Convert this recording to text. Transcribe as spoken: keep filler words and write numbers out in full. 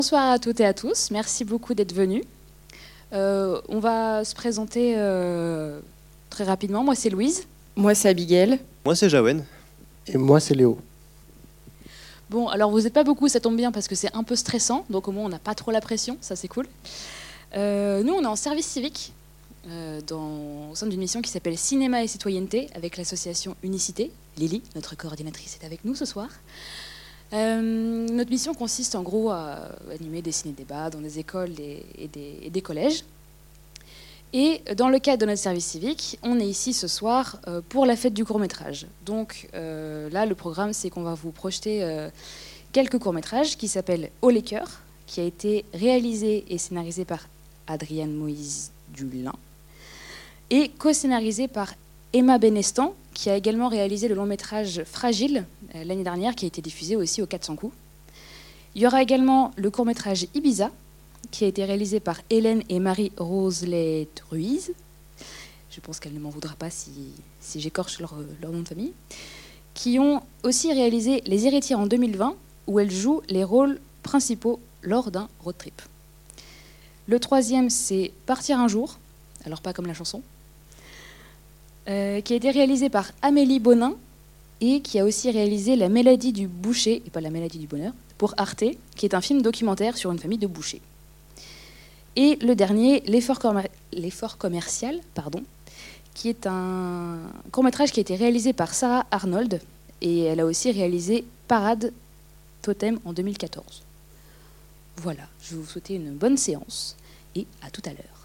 Bonsoir à toutes et à tous, merci beaucoup d'être venus. Euh, on va se présenter euh, très rapidement. Moi, c'est Louise. Moi, c'est Abigail. Moi, c'est Jawen. Et moi, c'est Léo. Bon, alors vous n'êtes pas beaucoup, ça tombe bien parce que c'est un peu stressant, donc au moins on n'a pas trop la pression, ça c'est cool. Euh, nous, on est en service civique euh, dans, au sein d'une mission qui s'appelle Cinéma et Citoyenneté avec l'association Unicité. Lily, notre coordinatrice, est avec nous ce soir. Euh, notre mission consiste en gros à animer des ciné-débats dans des écoles et, et, des, et des collèges. Et dans le cadre de notre service civique, on est ici ce soir euh, pour la fête du court-métrage. Donc euh, là, le programme, c'est qu'on va vous projeter euh, quelques courts-métrages qui s'appellent Haut les cœurs, qui a été réalisé et scénarisé par Adrienne Moïse Dulin, et co-scénarisé par Emma Benestan, qui a également réalisé le long-métrage Fragile euh, l'année dernière, qui a été diffusé aussi aux quatre cents coups. Il y aura également le court-métrage Ibiza, qui a été réalisé par Hélène et Marie-Roselette Ruiz. Je pense qu'elle ne m'en voudra pas si, si j'écorche leur, leur nom de famille. Qui ont aussi réalisé Les Héritières en deux mille vingt, où elles jouent les rôles principaux lors d'un road trip. Le troisième, c'est Partir un jour, alors pas comme la chanson, euh, qui a été réalisé par Amélie Bonin et qui a aussi réalisé La Mélodie du boucher, et pas La Mélodie du bonheur, pour Arte, qui est un film documentaire sur une famille de bouchers. Et le dernier, L'effort, commer- L'effort commercial, pardon, qui est un court-métrage qui a été réalisé par Sarah Arnold, et elle a aussi réalisé Parade Totem en deux mille quatorze. Voilà, je vais vous souhaiter une bonne séance, et à tout à l'heure.